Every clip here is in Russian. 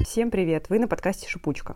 Всем привет! Вы на подкасте «Шипучка».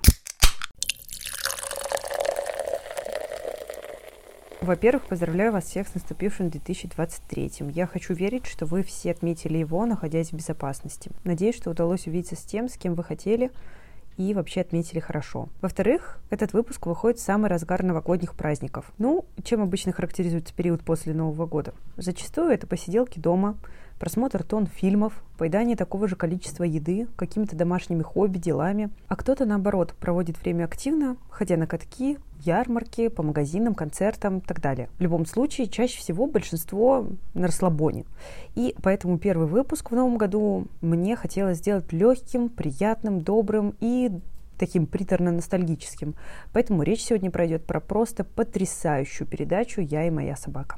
Во-первых, поздравляю вас всех с наступившим 2023-м. Я хочу верить, что вы все отметили его, находясь в безопасности. Надеюсь, что удалось увидеться с тем, с кем вы хотели, и вообще отметили хорошо. Во-вторых, этот выпуск выходит в самый разгар новогодних праздников. Чем обычно характеризуется период после Нового года? Зачастую это посиделки дома, просмотр тонн фильмов, поедание такого же количества еды, какими-то домашними хобби, делами. А кто-то, наоборот, проводит время активно, ходя на катки, ярмарки, по магазинам, концертам и так далее. В любом случае, чаще всего большинство на расслабоне. И поэтому первый выпуск в новом году мне хотелось сделать легким, приятным, добрым и таким приторно-ностальгическим. Поэтому речь сегодня пройдет про просто потрясающую передачу «Я и моя собака».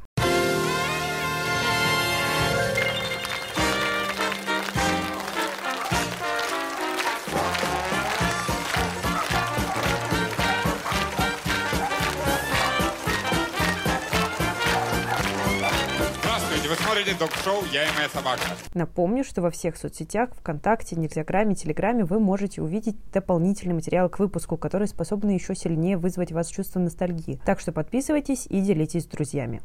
Вы смотрите док-шоу «Я и моя собака». Напомню, что во всех соцсетях, ВКонтакте, Инстаграме, Телеграме вы можете увидеть дополнительный материал к выпуску, который способен еще сильнее вызвать у вас чувство ностальгии. Так что подписывайтесь и делитесь с друзьями.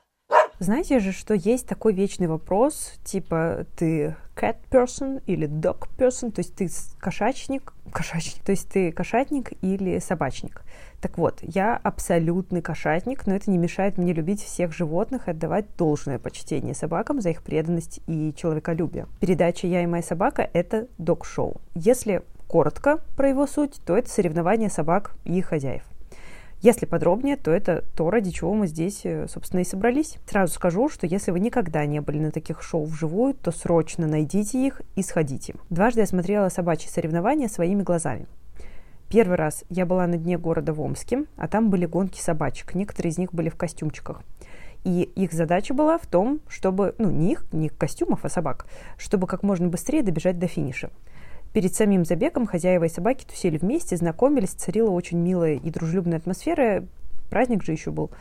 Знаете же, что есть такой вечный вопрос, типа ты cat person или dog person, то есть ты кошачник, то есть ты кошатник или собачник. Так вот, я абсолютный кошатник, но это не мешает мне любить всех животных и отдавать должное почтение собакам за их преданность и человеколюбие. Передача «Я и моя собака» — это дог-шоу. Если коротко про его суть, то это соревнования собак и их хозяев. Если подробнее, то это то, ради чего мы здесь, собственно, и собрались. Сразу скажу, что если вы никогда не были на таких шоу вживую, то срочно найдите их и сходите. Дважды я смотрела собачьи соревнования своими глазами. Первый раз я была на дне города в Омске, а там были гонки собачек. Некоторые из них были в костюмчиках. И их задача была в том, чтобы, не костюмов, а собак, чтобы как можно быстрее добежать до финиша. Перед самим забегом хозяева и собаки тусили вместе, знакомились, царила очень милая и дружелюбная атмосфера, праздник же еще был.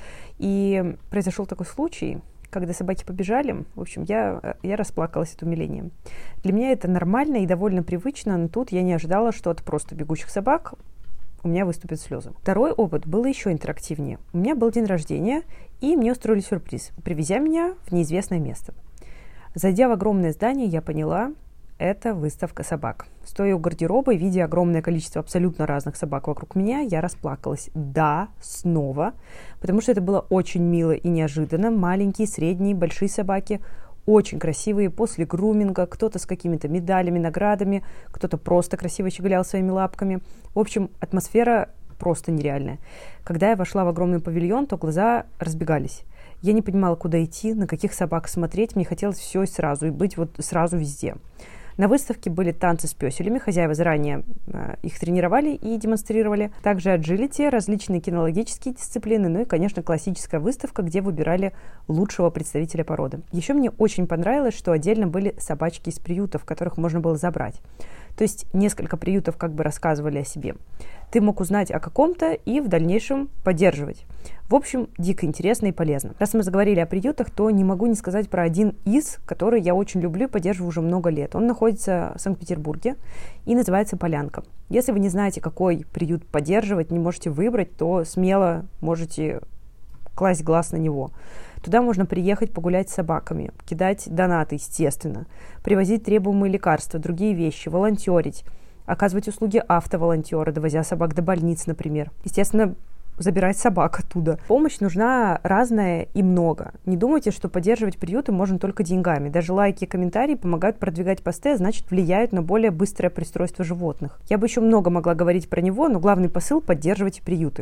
И произошел такой случай, когда собаки побежали, в общем, я расплакалась от умиления. Для меня это нормально и довольно привычно, но тут я не ожидала, что от просто бегущих собак у меня выступят слезы. Второй опыт был еще интерактивнее. У меня был день рождения, и мне устроили сюрприз, привезя меня в неизвестное место. Зайдя в огромное здание, я поняла, это выставка собак. Стоя у гардероба и видя огромное количество абсолютно разных собак вокруг меня, я расплакалась. Да, снова, потому что это было очень мило и неожиданно. Маленькие, средние, большие собаки, очень красивые, после груминга, кто-то с какими-то медалями, наградами, кто-то просто красиво щеголял своими лапками. В общем, атмосфера просто нереальная. Когда я вошла в огромный павильон, то глаза разбегались. Я не понимала, куда идти, на каких собак смотреть. Мне хотелось все и сразу, и быть вот сразу везде. На выставке были танцы с пёселями, хозяева заранее их тренировали и демонстрировали. Также аджилити, различные кинологические дисциплины, и, конечно, классическая выставка, где выбирали лучшего представителя породы. Еще мне очень понравилось, что отдельно были собачки из приютов, которых можно было забрать. То есть несколько приютов как бы рассказывали о себе. Ты мог узнать о каком-то и в дальнейшем поддерживать. В общем, дико интересно и полезно. Раз мы заговорили о приютах, то не могу не сказать про один из, который я очень люблю и поддерживаю уже много лет. Он находится в Санкт-Петербурге и называется «Полянка». Если вы не знаете, какой приют поддерживать, не можете выбрать, то смело можете класть глаз на него. Туда можно приехать погулять с собаками, кидать донаты, естественно, привозить требуемые лекарства, другие вещи, волонтерить, оказывать услуги автоволонтера, довозя собак до больниц, например. Естественно, забирать собак оттуда. Помощь нужна разная и много. Не думайте, что поддерживать приюты можно только деньгами. Даже лайки и комментарии помогают продвигать посты, а значит, влияют на более быстрое пристройство животных. Я бы еще много могла говорить про него, но главный посыл – поддерживайте приюты.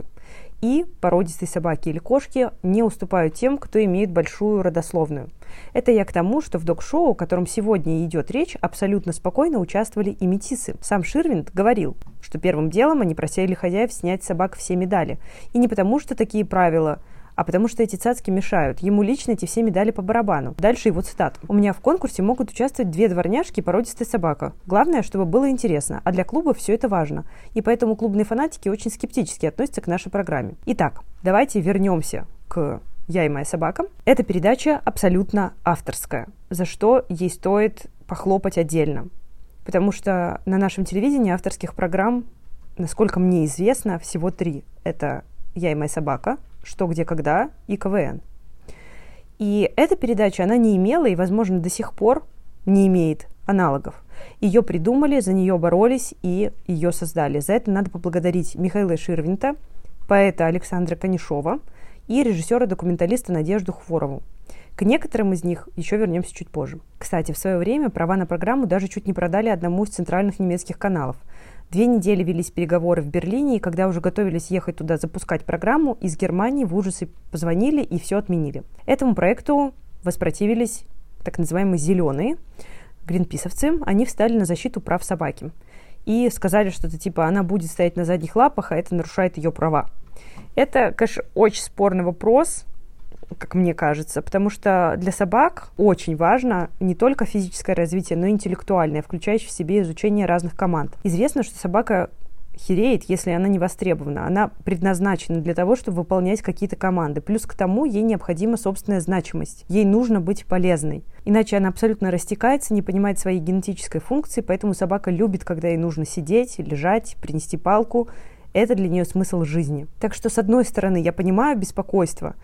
И породистые собаки или кошки не уступают тем, кто имеет большую родословную. Это я к тому, что в док-шоу, о котором сегодня идет речь, абсолютно спокойно участвовали и метисы. Сам Ширвинд говорил, что первым делом они просили хозяев снять с собак все медали. И не потому, что такие правила, а потому что эти цацки мешают. Ему лично эти все медали по барабану. Дальше его цитата. «У меня в конкурсе могут участвовать 2 дворняжки и породистая собака. Главное, чтобы было интересно, а для клуба все это важно. И поэтому клубные фанатики очень скептически относятся к нашей программе». Итак, давайте вернемся к «Я и моя собака». Эта передача абсолютно авторская, за что ей стоит похлопать отдельно. потому что на нашем телевидении авторских программ, насколько мне известно, всего 3. Это «Я и моя собака», «Что, где, когда» и «КВН». И эта передача, она не имела и, возможно, до сих пор не имеет аналогов. Ее придумали, за нее боролись и ее создали. За это надо поблагодарить Михаила Ширвинта, поэта Александра Канишова и режиссера-документалиста Надежду Хворову. К некоторым из них еще вернемся чуть позже. Кстати, в свое время права на программу даже чуть не продали одному из центральных немецких каналов. 2 недели велись переговоры в Берлине, и когда уже готовились ехать туда запускать программу, из Германии в ужасе позвонили и все отменили. Этому проекту воспротивились так называемые «зеленые», гринписовцы. Они встали на защиту прав собаки и сказали что-то типа «она будет стоять на задних лапах, а это нарушает ее права». Это, конечно, очень спорный вопрос, как мне кажется, потому что для собак очень важно не только физическое развитие, но и интеллектуальное, включающее в себе изучение разных команд. Известно, что собака хереет, если она не востребована. Она предназначена для того, чтобы выполнять какие-то команды. Плюс к тому, ей необходима собственная значимость. Ей нужно быть полезной. Иначе она абсолютно растекается, не понимает своей генетической функции, поэтому собака любит, когда ей нужно сидеть, лежать, принести палку. Это для нее смысл жизни. Так что, с одной стороны, я понимаю беспокойство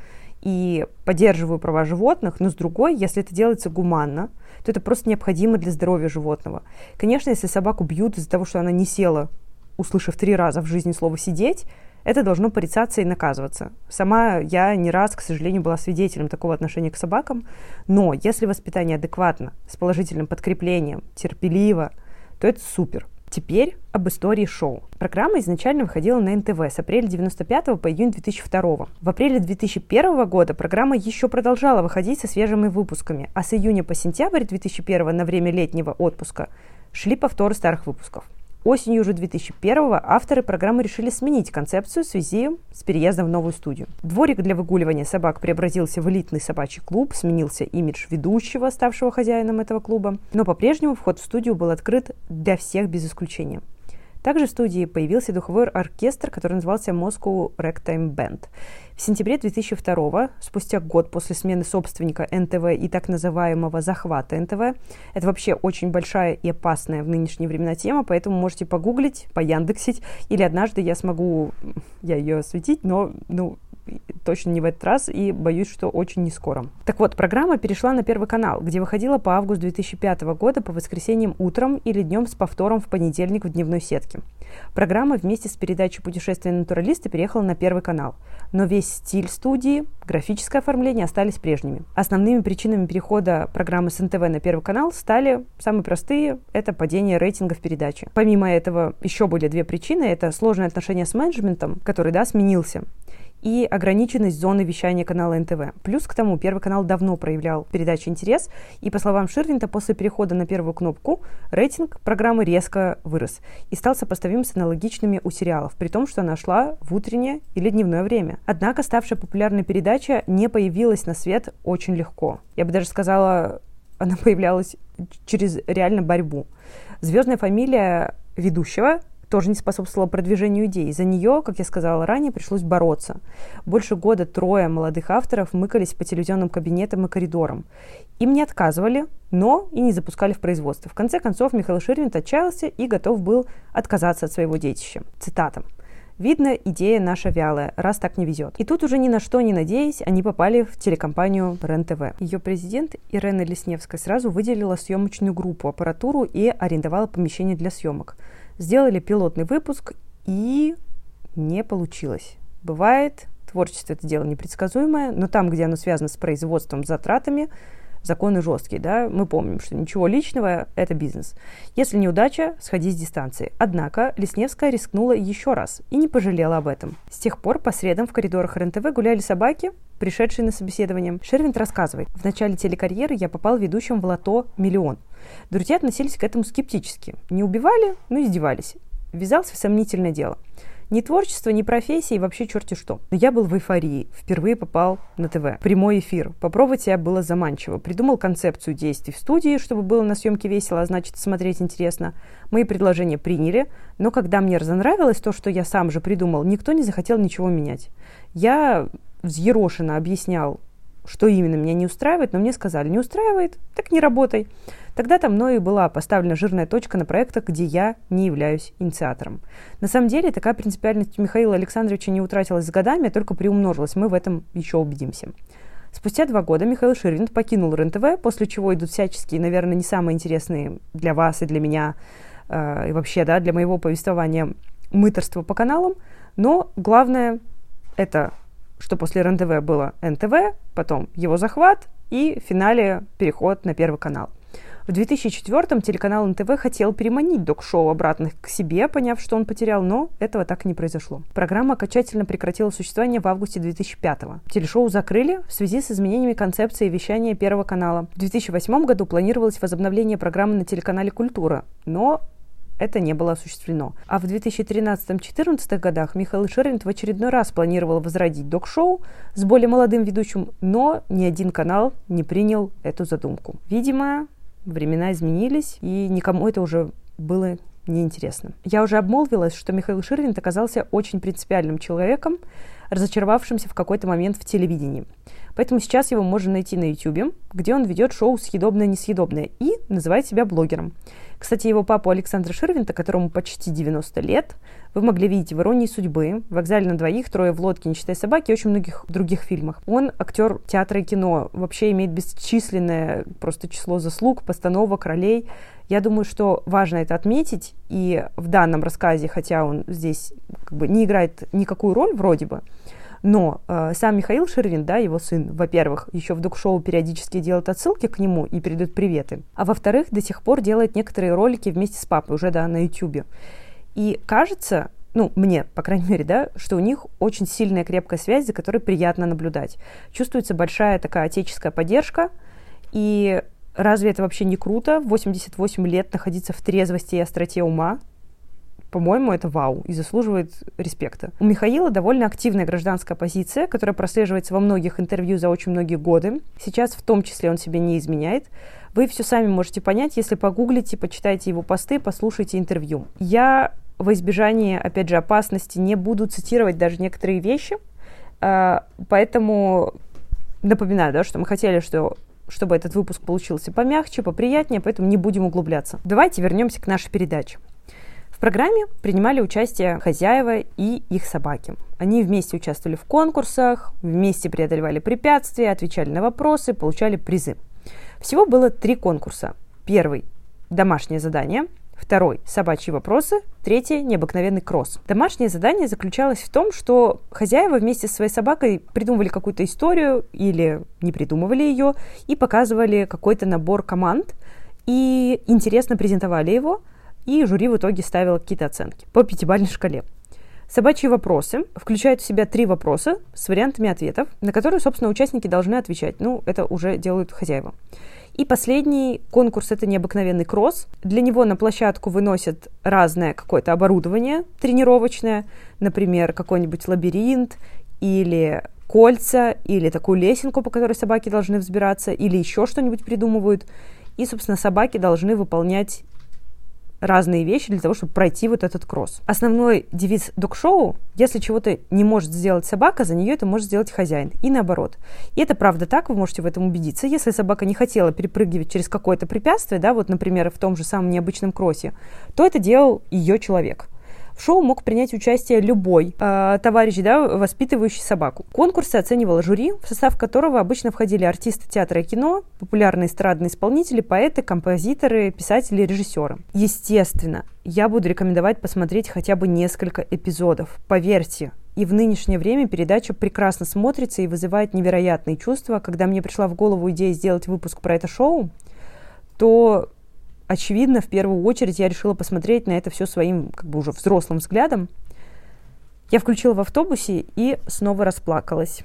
и поддерживаю права животных, но с другой, если это делается гуманно, то это просто необходимо для здоровья животного. Конечно, если собаку бьют из-за того, что она не села, услышав 3 раза в жизни слово «сидеть», это должно порицаться и наказываться. Сама я не раз, к сожалению, была свидетелем такого отношения к собакам, но если воспитание адекватно, с положительным подкреплением, терпеливо, то это супер. Теперь об истории шоу. Программа изначально выходила на НТВ с апреля 1995 по июнь 2002. В апреле 2001 года программа еще продолжала выходить со свежими выпусками, а с июня по сентябрь 2001 на время летнего отпуска шли повторы старых выпусков. Осенью уже 2001-го авторы программы решили сменить концепцию в связи с переездом в новую студию. Дворик для выгуливания собак преобразился в элитный собачий клуб, сменился имидж ведущего, ставшего хозяином этого клуба, но по-прежнему вход в студию был открыт для всех без исключения. Также в студии появился духовой оркестр, который назывался Moscow Ragtime Band. В сентябре 2002, спустя год после смены собственника НТВ и так называемого захвата НТВ, это вообще очень большая и опасная в нынешние времена тема, поэтому можете погуглить, пояндексить, или однажды я ее осветить, но точно не в этот раз, и боюсь, что очень не скоро. Так вот, программа перешла на Первый канал, где выходила по август 2005 года по воскресеньям утром или днем с повтором в понедельник в дневной сетке. Программа вместе с передачей «Путешествие натуралиста» переехала на Первый канал, но весь стиль студии, графическое оформление остались прежними. Основными причинами перехода программы с НТВ на Первый канал стали самые простые – это падение рейтингов передачи. Помимо этого, еще были 2 причины – это сложные отношения с менеджментом, который, сменился, и ограниченность зоны вещания канала НТВ. Плюс к тому, Первый канал давно проявлял передаче интерес, и, по словам Ширвинта, после перехода на первую кнопку рейтинг программы резко вырос и стал сопоставим с аналогичными у сериалов, при том, что она шла в утреннее или дневное время. Однако ставшая популярной передача не появилась на свет очень легко. Я бы даже сказала, она появлялась через реально борьбу. Звездная фамилия ведущего тоже не способствовала продвижению идей. За нее, как я сказала ранее, пришлось бороться. Больше года 3 молодых авторов мыкались по телевизионным кабинетам и коридорам. Им не отказывали, но и не запускали в производство. В конце концов, Михаил Ширвинт отчаялся и готов был отказаться от своего детища. Цитата. «Видно, идея наша вялая, раз так не везет». И тут уже ни на что не надеясь, они попали в телекомпанию РЕН-ТВ. Ее президент Ирена Лесневская сразу выделила съемочную группу, аппаратуру и арендовала помещение для съемок. Сделали пилотный выпуск, и не получилось. Бывает, творчество – это дело непредсказуемое, но там, где оно связано с производством, с затратами, законы жесткие, Мы помним, что ничего личного – это бизнес. Если неудача, сходи с дистанции. Однако Лесневская рискнула еще раз и не пожалела об этом. С тех пор по средам в коридорах РЕН-ТВ гуляли собаки, пришедшие на собеседование. Ширвинт рассказывает: в начале телекарьеры я попал ведущим в лото «Миллион». Друзья относились к этому скептически. Не убивали, но издевались. Ввязался в сомнительное дело. Ни творчество, ни профессия и вообще черти что. Но я был в эйфории. Впервые попал на ТВ. Прямой эфир. Попробовать себя было заманчиво. Придумал концепцию действий в студии, чтобы было на съемке весело, а значит смотреть интересно. Мои предложения приняли, но когда мне разонравилось то, что я сам же придумал, никто не захотел ничего менять. Я взъерошенно объяснял, что именно меня не устраивает, но мне сказали: не устраивает, так не работай. Тогда-то мною и была поставлена жирная точка на проектах, где я не являюсь инициатором. На самом деле, такая принципиальность у Михаила Александровича не утратилась с годами, а только приумножилась. Мы в этом еще убедимся. Спустя 2 года Михаил Ширвинд покинул РЕН-ТВ, после чего идут всяческие, наверное, не самые интересные для вас и для меня, и вообще, да, для моего повествования мыторства по каналам. Но главное это, что после РЕН-ТВ было НТВ, потом его захват и в финале переход на Первый канал. В 2004-м телеканал НТВ хотел переманить док-шоу обратно к себе, поняв, что он потерял, но этого так и не произошло. Программа окончательно прекратила существование в августе 2005-го. Телешоу закрыли в связи с изменениями концепции вещания Первого канала. В 2008 году планировалось возобновление программы на телеканале «Культура», но это не было осуществлено. А в 2013-2014 годах Михаил Ширвинд в очередной раз планировал возродить док-шоу с более молодым ведущим, но ни один канал не принял эту задумку. Видимо, времена изменились, и никому это уже было неинтересно. Я уже обмолвилась, что Михаил Ширвинд оказался очень принципиальным человеком, разочаровавшимся в какой-то момент в телевидении. Поэтому сейчас его можно найти на YouTube, где он ведет шоу «Съедобное-несъедобное» и называет себя блогером. Кстати, его папу Александра Ширвинда, которому почти 90 лет, вы могли видеть в «Иронии судьбы», «В вокзале на двоих», «Трое в лодке, не считая собаки» и очень многих других фильмах. Он актер театра и кино, вообще имеет бесчисленное просто число заслуг, постановок, ролей. Я думаю, что важно это отметить, и в данном рассказе, хотя он здесь как бы не играет никакую роль вроде бы, но сам Михаил Ширвинд, да, его сын, во-первых, еще в док-шоу периодически делает отсылки к нему и передает приветы, а во-вторых, до сих пор делает некоторые ролики вместе с папой, уже, да, на YouTube. И кажется, ну, мне, по крайней мере, да, что у них очень сильная крепкая связь, за которой приятно наблюдать. Чувствуется большая такая отеческая поддержка, и разве это вообще не круто, в 88 лет находиться в трезвости и остроте ума? По-моему, это вау и заслуживает респекта. У Михаила довольно активная гражданская позиция, которая прослеживается во многих интервью за очень многие годы. Сейчас в том числе он себе не изменяет. Вы все сами можете понять, если погуглите, почитайте его посты, послушайте интервью. Я во избежание, опять же, опасности не буду цитировать даже некоторые вещи, поэтому напоминаю, да, что мы хотели, чтобы этот выпуск получился помягче, поприятнее, поэтому не будем углубляться. Давайте вернемся к нашей передаче. В программе принимали участие хозяева и их собаки. Они вместе участвовали в конкурсах, вместе преодолевали препятствия, отвечали на вопросы, получали призы. Всего было 3 конкурса. Первый – домашнее задание. Второй – собачьи вопросы. Третий – необыкновенный кросс. Домашнее задание заключалось в том, что хозяева вместе со своей собакой придумывали какую-то историю или не придумывали ее и показывали какой-то набор команд и интересно презентовали его, и жюри в итоге ставило какие-то оценки по 5-бальной шкале. Собачьи вопросы включают в себя 3 вопроса с вариантами ответов, на которые, собственно, участники должны отвечать. Ну, это уже делают хозяева. И последний конкурс – это необыкновенный кросс. Для него на площадку выносят разное какое-то оборудование тренировочное, например, какой-нибудь лабиринт или кольца, или такую лесенку, по которой собаки должны взбираться, или еще что-нибудь придумывают. И, собственно, собаки должны выполнять разные вещи для того, чтобы пройти вот этот кросс. Основной девиз док-шоу: если чего-то не может сделать собака, за нее это может сделать хозяин. И наоборот. И это правда так, вы можете в этом убедиться. Если собака не хотела перепрыгивать через какое-то препятствие, да, вот, например, в том же самом необычном кроссе, то это делал ее человек. В шоу мог принять участие любой товарищ, да, воспитывающий собаку. Конкурсы оценивало жюри, в состав которого обычно входили артисты театра и кино, популярные эстрадные исполнители, поэты, композиторы, писатели, режиссеры. Естественно, я буду рекомендовать посмотреть хотя бы несколько эпизодов. Поверьте, и в нынешнее время передача прекрасно смотрится и вызывает невероятные чувства. Когда мне пришла в голову идея сделать выпуск про это шоу, то очевидно, в первую очередь я решила посмотреть на это все своим, как бы уже взрослым взглядом. Я включила в автобусе и снова расплакалась.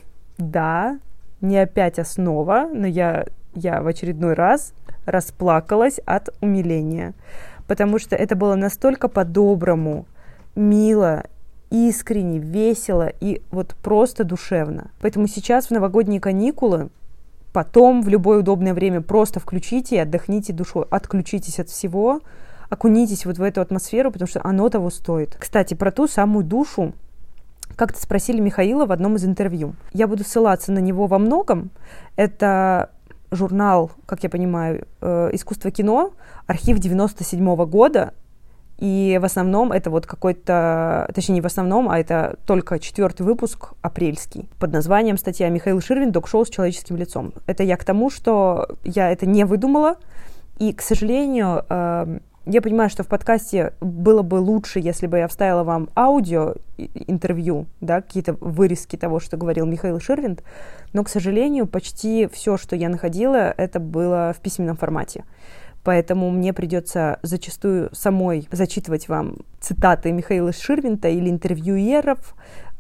Да, не опять основа, но я в очередной раз расплакалась от умиления, потому что это было настолько по-доброму, мило, искренне, весело и вот просто душевно. Поэтому сейчас в новогодние каникулы, потом в любое удобное время просто включите и отдохните душой, отключитесь от всего, окунитесь вот в эту атмосферу, потому что оно того стоит. Кстати, про ту самую душу как-то спросили Михаила в одном из интервью. Я буду ссылаться на него во многом. Это журнал, как я понимаю, «Искусство кино», архив 97-го года, и в основном это вот какой-то, точнее не в основном, а это только 4-й выпуск, апрельский, под названием статья «Михаил Ширвинд. Ток-шоу с человеческим лицом». Это я к тому, что я это не выдумала, и, к сожалению, я понимаю, что в подкасте было бы лучше, если бы я вставила вам аудио интервью, да, какие-то вырезки того, что говорил Михаил Ширвинд, но, к сожалению, почти все, что я находила, это было в письменном формате. Поэтому мне придется зачастую самой зачитывать вам цитаты Михаила Ширвинда или интервьюеров,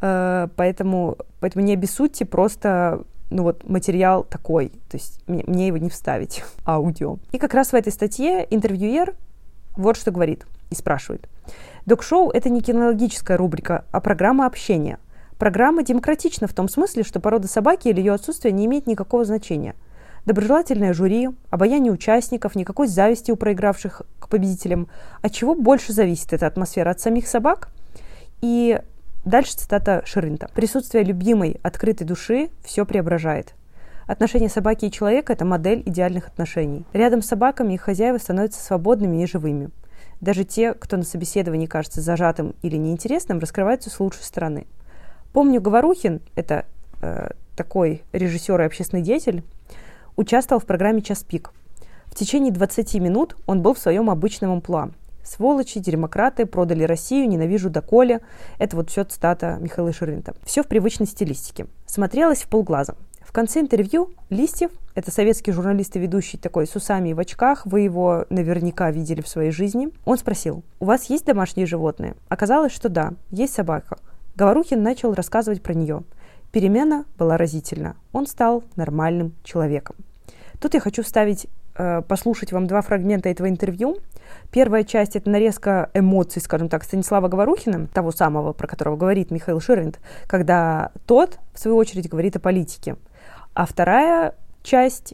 поэтому не обессудьте, просто материал такой, то есть мне его не вставить, аудио. И как раз в этой статье интервьюер вот что говорит и спрашивает. Док-шоу — это не кинологическая рубрика, а программа общения. Программа демократична в том смысле, что порода собаки или ее отсутствие не имеет никакого значения. Доброжелательное жюри, обаяние участников, никакой зависти у проигравших к победителям. От чего больше зависит эта атмосфера? От самих собак? И дальше цитата Ширвинда. «Присутствие любимой, открытой души все преображает. Отношения собаки и человека – это модель идеальных отношений. Рядом с собаками их хозяева становятся свободными и живыми. Даже те, кто на собеседовании кажется зажатым или неинтересным, раскрываются с лучшей стороны. Помню, Говорухин, это такой режиссер и общественный деятель, участвовал в программе «Час пик». В течение 20 минут он был в своем обычном амплуа. «Сволочи, демократы, продали Россию, ненавижу доколе». Это вот все цитата Михаила Ширвинда. Все в привычной стилистике. Смотрелось в полглаза. В конце интервью Листьев, это советский журналист и ведущий такой с усами и в очках, вы его наверняка видели в своей жизни, он спросил: «У вас есть домашние животные?» Оказалось, что да, есть собака. Говорухин начал рассказывать про нее. Перемена была разительна. Он стал нормальным человеком. Тут я хочу послушать вам 2 фрагмента этого интервью. Первая часть — это нарезка эмоций, скажем так, Станислава Говорухина, того самого, про которого говорит Михаил Ширвинд, когда тот, в свою очередь, говорит о политике. А вторая часть,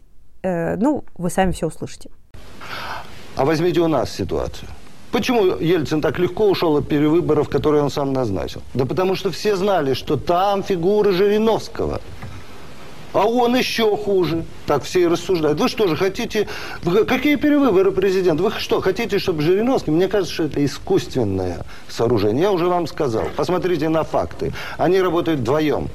вы сами все услышите. А возьмите у нас ситуацию. Почему Ельцин так легко ушел от перевыборов, которые он сам назначил? Да потому что все знали, что там фигура Жириновского. А он еще хуже. Так все и рассуждают. Вы что же хотите... Какие перевыборы президента? Вы что, хотите, чтобы Жириновский... Мне кажется, что это искусственное сооружение. Я уже вам сказал. Посмотрите на факты. Они работают вдвоем.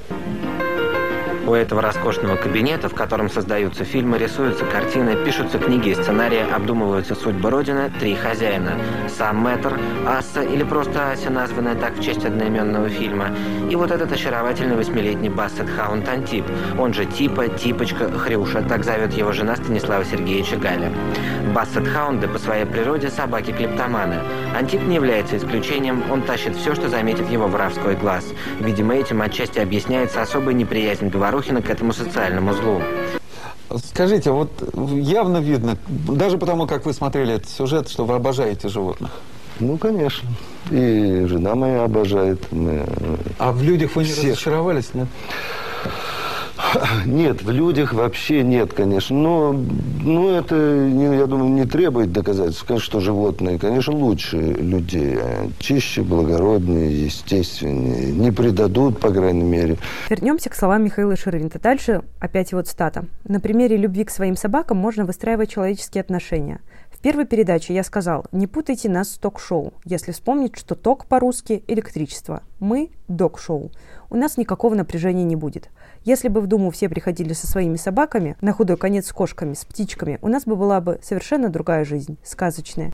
У этого роскошного кабинета, в котором создаются фильмы, рисуются картины, пишутся книги и сценарии, обдумываются судьбы Родины 3 хозяина. Сам мэтр, Аса или просто Ася, названная так в честь одноименного фильма. И вот этот очаровательный 8-летний бассет-хаунд Антип, он же Типа, Типочка, Хрюша, так зовет его жена Станислава Сергеевича Галя. Бассет-хаунды по своей природе собаки-клептоманы. Антип не является исключением, он тащит все, что заметит его воровской глаз. Видимо, этим отчасти объясняется особая неприязнь Говорухина к этому социальному злу. Скажите, вот явно видно, даже потому, как вы смотрели этот сюжет, что вы обожаете животных. Ну, конечно. И жена моя обожает. А в людях вы не разочаровались, нет? Нет, в людях вообще нет, конечно. Но это, я думаю, не требует доказательств. Конечно, что животные, конечно, лучше людей. Чище, благороднее, естественнее. Не предадут, по крайней мере. Вернемся к словам Михаила Ширвинда. Дальше опять его цитата. «На примере любви к своим собакам можно выстраивать человеческие отношения. В первой передаче я сказал: не путайте нас с ток-шоу, если вспомнить, что ток по-русски – электричество. Мы – док-шоу. У нас никакого напряжения не будет. Если бы в Думу все приходили со своими собаками, на худой конец с кошками, с птичками, у нас была бы совершенно другая жизнь, сказочная».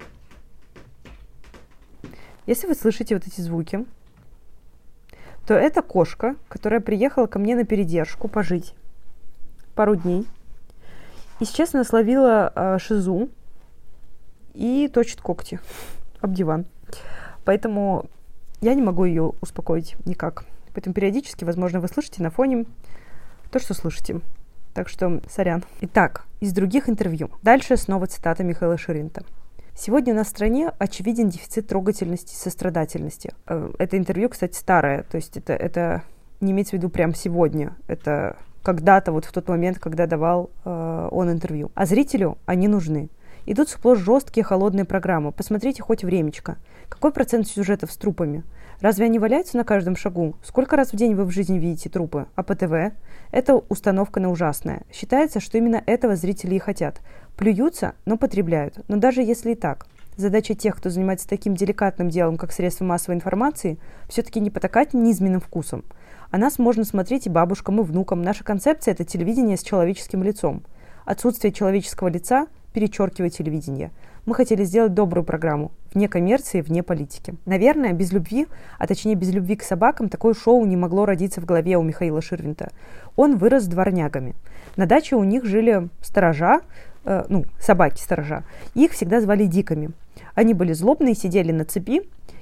Если вы слышите вот эти звуки, то это кошка, которая приехала ко мне на передержку пожить пару дней. И сейчас она словила шизу и точит когти об диван. Поэтому я не могу ее успокоить никак. Поэтому периодически, возможно, вы слышите на фоне то, что слышите. Так что, сорян. Итак, из других интервью. Дальше снова цитата Михаила Ширвинда. «Сегодня у нас в стране очевиден дефицит трогательности и сострадательности». Это интервью, кстати, старое. То есть это не имеется в виду прямо сегодня. Это когда-то, вот в тот момент, когда давал он интервью. «А зрителю они нужны. Идут сплошь жесткие холодные программы. Посмотрите хоть «Времечко». Какой процент сюжетов с трупами? Разве они валяются на каждом шагу? Сколько раз в день вы в жизни видите трупы? А по ТВ? Это установка на ужасное. Считается, что именно этого зрители и хотят. Плюются, но потребляют. Но даже если и так, задача тех, кто занимается таким деликатным делом, как средства массовой информации, все-таки не потакать низменным вкусом. А нас можно смотреть и бабушкам, и внукам. Наша концепция – это телевидение с человеческим лицом. Отсутствие человеческого лица перечеркивает телевидение. Мы хотели сделать добрую программу, вне коммерции, вне политики. Наверное, без любви, а точнее без любви к собакам, такое шоу не могло родиться в голове у Михаила Ширвинта. Он вырос с дворнягами. На даче у них жили сторожа, собаки-сторожа. Их всегда звали диками. Они были злобные, сидели на цепи,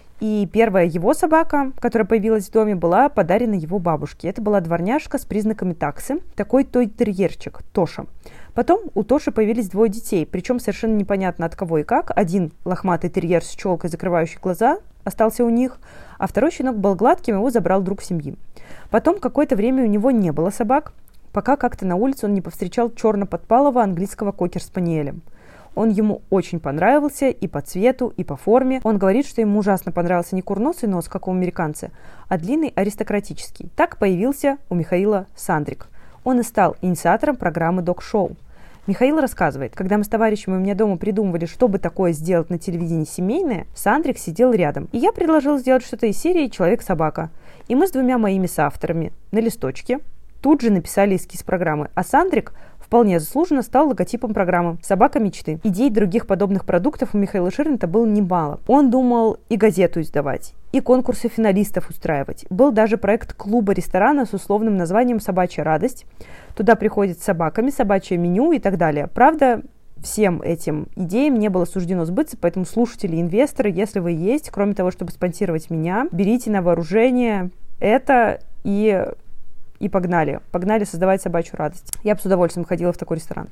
и первая его собака, которая появилась в доме, была подарена его бабушке. Это была дворняжка с признаками таксы, такой той-терьерчик, Тоша. Потом у Тоши появились 2 детей, причем совершенно непонятно от кого и как. Один лохматый терьер с челкой, закрывающий глаза, остался у них, а второй щенок был гладким, его забрал друг семьи. Потом какое-то время у него не было собак, пока как-то на улице он не повстречал черно-подпалого английского кокер-спаниеля. Он ему очень понравился и по цвету, и по форме. Он говорит, что ему ужасно понравился не курносый нос, как у американца, а длинный аристократический. Так появился у Михаила Сандрик. Он и стал инициатором программы «Док-шоу». Михаил рассказывает, когда мы с товарищами у меня дома придумывали, что бы такое сделать на телевидении семейное, Сандрик сидел рядом. И я предложил сделать что-то из серии «Человек-собака». И мы с 2 моими соавторами на листочке тут же написали эскиз программы, а Сандрик вполне заслуженно стал логотипом программы «Собака мечты». Идей других подобных продуктов у Михаила Ширвинта было немало. Он думал и газету издавать, и конкурсы финалистов устраивать. Был даже проект клуба-ресторана с условным названием «Собачья радость». Туда приходят с собаками, собачье меню и так далее. Правда, всем этим идеям не было суждено сбыться, поэтому слушатели, инвесторы, если вы есть, кроме того, чтобы спонсировать меня, берите на вооружение это и погнали. Погнали создавать собачью радость. Я бы с удовольствием ходила в такой ресторан.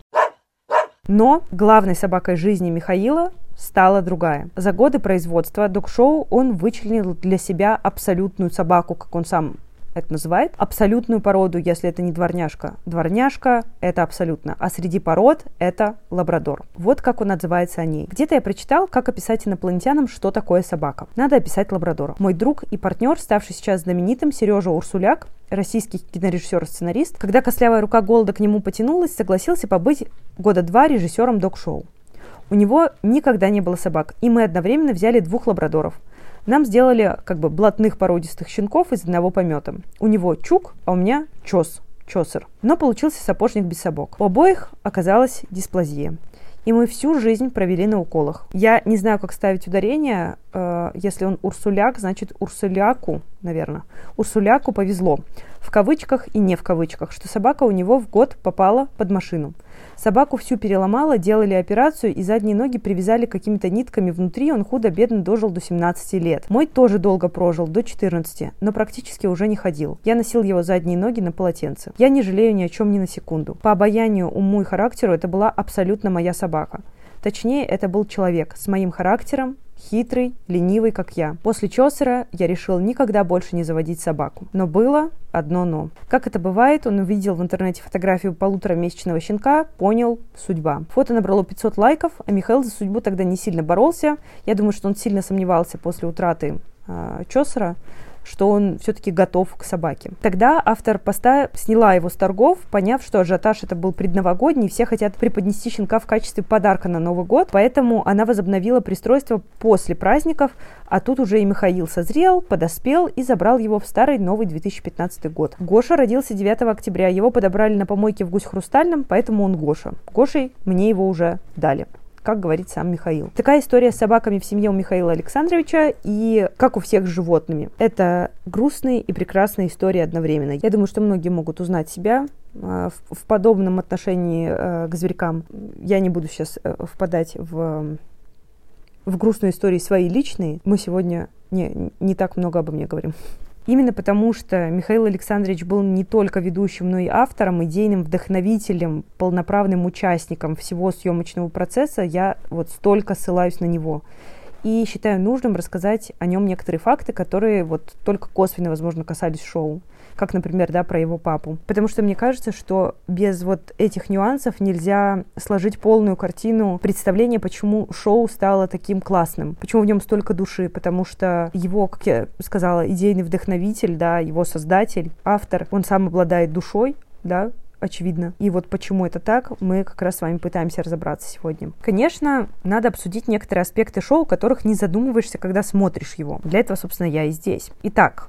Но главной собакой жизни Михаила стала другая. За годы производства док-шоу он вычленил для себя абсолютную собаку, как он сам это называет, абсолютную породу, если это не дворняжка. Дворняжка – это абсолютно, а среди пород – это лабрадор. Вот как он отзывается о ней. Где-то я прочитал, как описать инопланетянам, что такое собака. Надо описать лабрадора. Мой друг и партнер, ставший сейчас знаменитым, Сережа Урсуляк, российский кинорежиссер и сценарист, когда костлявая рука голода к нему потянулась, согласился побыть 2 года режиссером док-шоу. У него никогда не было собак, и мы одновременно взяли 2 лабрадоров. Нам сделали блатных породистых щенков из одного помета. У него чук, а у меня чосер. Но получился сапожник без сапог. У обоих оказалась дисплазия. И мы всю жизнь провели на уколах. Я не знаю, как ставить ударение. Если он урсуляк, значит урсуляку, наверное. Урсуляку повезло. В кавычках и не в кавычках, что собака у него в год попала под машину. Собаку всю переломала, делали операцию и задние ноги привязали какими-то нитками внутри, он худо-бедно дожил до 17 лет. Мой тоже долго прожил, до 14, но практически уже не ходил. Я носил его задние ноги на полотенце. Я не жалею ни о чем ни на секунду. По обаянию, уму и характеру это была абсолютно моя собака. Точнее, это был человек с моим характером, хитрый, ленивый, как я. После Чосера я решил никогда больше не заводить собаку. Но было одно «но». Как это бывает, он увидел в интернете фотографию 1,5-месячного щенка, понял – судьба. Фото набрало 500 лайков, а Михаил за судьбу тогда не сильно боролся. Я думаю, что он сильно сомневался после утраты Чосера, что он все-таки готов к собаке. Тогда автор поста сняла его с торгов, поняв, что ажиотаж это был предновогодний, все хотят преподнести щенка в качестве подарка на Новый год, поэтому она возобновила пристройство после праздников, а тут уже и Михаил созрел, подоспел и забрал его в старый новый 2015 год. Гоша родился 9 октября, его подобрали на помойке в Гусь Хрустальном, поэтому он Гоша. Гошей мне его уже дали, как говорит сам Михаил. Такая история с собаками в семье у Михаила Александровича, и как у всех с животными. Это грустные и прекрасные истории одновременно. Я думаю, что многие могут узнать себя в подобном отношении к зверькам. Я не буду сейчас впадать в грустные истории свои личные. Мы сегодня не так много обо мне говорим. Именно потому, что Михаил Александрович был не только ведущим, но и автором, идейным вдохновителем, полноправным участником всего съемочного процесса, я вот столько ссылаюсь на него. и считаю нужным рассказать о нем некоторые факты, которые вот только косвенно, возможно, касались шоу. Как, например, да, про его папу. Потому что мне кажется, что без вот этих нюансов нельзя сложить полную картину представления, почему шоу стало таким классным, почему в нем столько души, потому что его, как я сказала, идейный вдохновитель, да, его создатель, автор, он сам обладает душой, да, очевидно. И вот почему это так, мы как раз с вами пытаемся разобраться сегодня. Конечно, надо обсудить некоторые аспекты шоу, о которых не задумываешься, когда смотришь его. Для этого, собственно, я и здесь. Итак,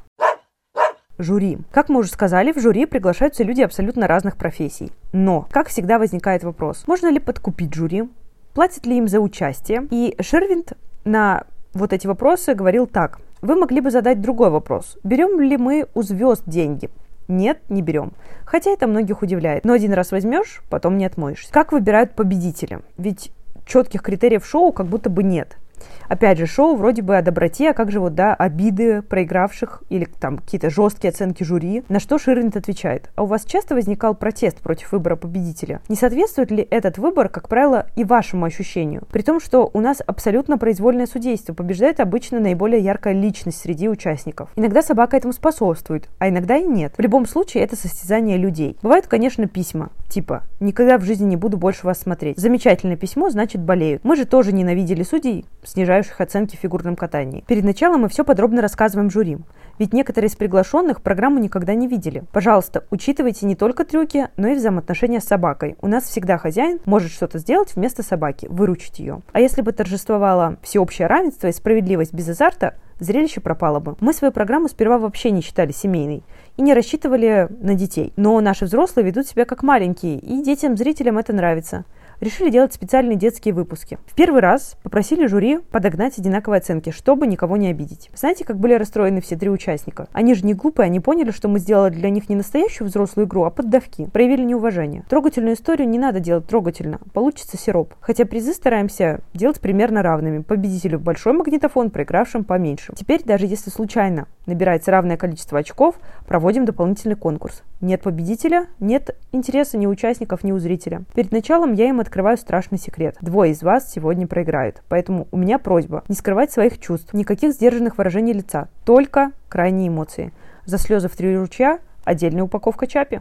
жюри. Как мы уже сказали, в жюри приглашаются люди абсолютно разных профессий. Но, как всегда, возникает вопрос, можно ли подкупить жюри? Платят ли им за участие? И Ширвинд на вот эти вопросы говорил так. Вы могли бы задать другой вопрос. Берем ли мы у звезд деньги? Нет, не берем. Хотя это многих удивляет. Но один раз возьмешь, потом не отмоешься. Как выбирают победителя? Ведь четких критериев шоу как будто бы нет. Опять же, шоу вроде бы о доброте, а как же вот, да, обиды проигравших или там какие-то жесткие оценки жюри. На что Ширвинд отвечает: а у вас часто возникал протест против выбора победителя? Не соответствует ли этот выбор, как правило, и вашему ощущению? При том, что у нас абсолютно произвольное судейство, побеждает обычно наиболее яркая личность среди участников. Иногда собака этому способствует, а иногда и нет. В любом случае, это состязание людей. Бывают, конечно, письма, типа «никогда в жизни не буду больше вас смотреть». Замечательное письмо, значит, болеют. Мы же тоже ненавидели судей, снижающих оценки в фигурном катании. Перед началом мы все подробно рассказываем жюри. Ведь некоторые из приглашенных программу никогда не видели. Пожалуйста, учитывайте не только трюки, но и взаимоотношения с собакой. У нас всегда хозяин может что-то сделать вместо собаки, выручить ее. А если бы торжествовало всеобщее равенство и справедливость без азарта, зрелище пропало бы. Мы свою программу сперва вообще не считали семейной и не рассчитывали на детей. Но наши взрослые ведут себя как маленькие, и детям-зрителям это нравится. Решили делать специальные детские выпуски. В первый раз попросили жюри подогнать одинаковые оценки, чтобы никого не обидеть. Знаете, как были расстроены все три участника? Они же не глупые, они поняли, что мы сделали для них не настоящую взрослую игру, а поддавки. Проявили неуважение. Трогательную историю не надо делать трогательно, получится сироп. Хотя призы стараемся делать примерно равными. Победителю большой магнитофон, проигравшим поменьше. Теперь, даже если случайно набирается равное количество очков, проводим дополнительный конкурс. Нет победителя, нет интереса ни у участников, ни у зрителя. Перед началом я им открываю страшный секрет. Двое из вас сегодня проиграют. Поэтому у меня просьба не скрывать своих чувств, никаких сдержанных выражений лица, только крайние эмоции. За слезы в 3 ручья отдельная упаковка чапи.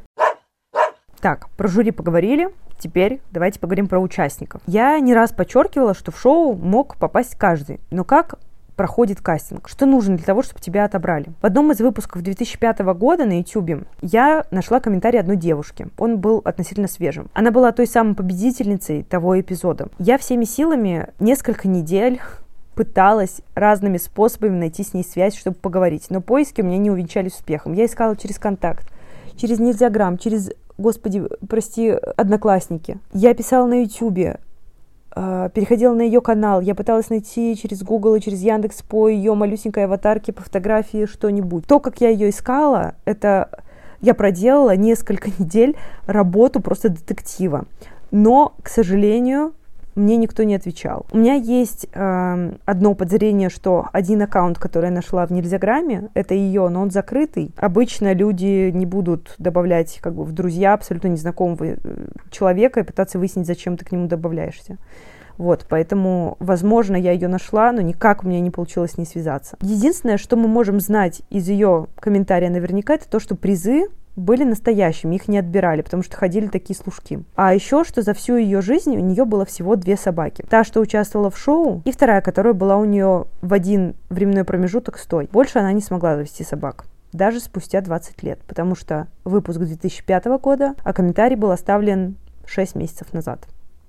Так, про жюри поговорили. Теперь давайте поговорим про участников. Я не раз подчеркивала, что в шоу мог попасть каждый. Но как проходит кастинг? Что нужно для того, чтобы тебя отобрали? В одном из выпусков 2005 года на YouTube я нашла комментарий одной девушки. Он был относительно свежим. Она была той самой победительницей того эпизода. Я всеми силами несколько недель пыталась разными способами найти с ней связь, чтобы поговорить. Но поиски у меня не увенчались успехом. Я искала через контакт, через Нельзяграм, через, господи, прости, Одноклассники. Я писала на YouTube, переходила на ее канал, я пыталась найти через Google и через Яндекс по ее малюсенькой аватарке, по фотографии что-нибудь. То, как я ее искала, это я проделала несколько недель работу просто детектива. Но, к сожалению, мне никто не отвечал. У меня есть одно подозрение, что один аккаунт, который я нашла в Нельзяграме, это ее, но он закрытый. Обычно люди не будут добавлять как бы в друзья абсолютно незнакомого человека и пытаться выяснить, зачем ты к нему добавляешься. Вот, поэтому, возможно, я ее нашла, но никак у меня не получилось с ней связаться. Единственное, что мы можем знать из ее комментария наверняка, это то, что призы были настоящими, их не отбирали, потому что ходили такие служки. А еще, что за всю ее жизнь у нее было всего 2 собаки. Та, что участвовала в шоу, и вторая, которая была у нее в один временной промежуток с той. Больше она не смогла завести собак. Даже спустя 20 лет, потому что выпуск 2005 года, а комментарий был оставлен 6 месяцев назад.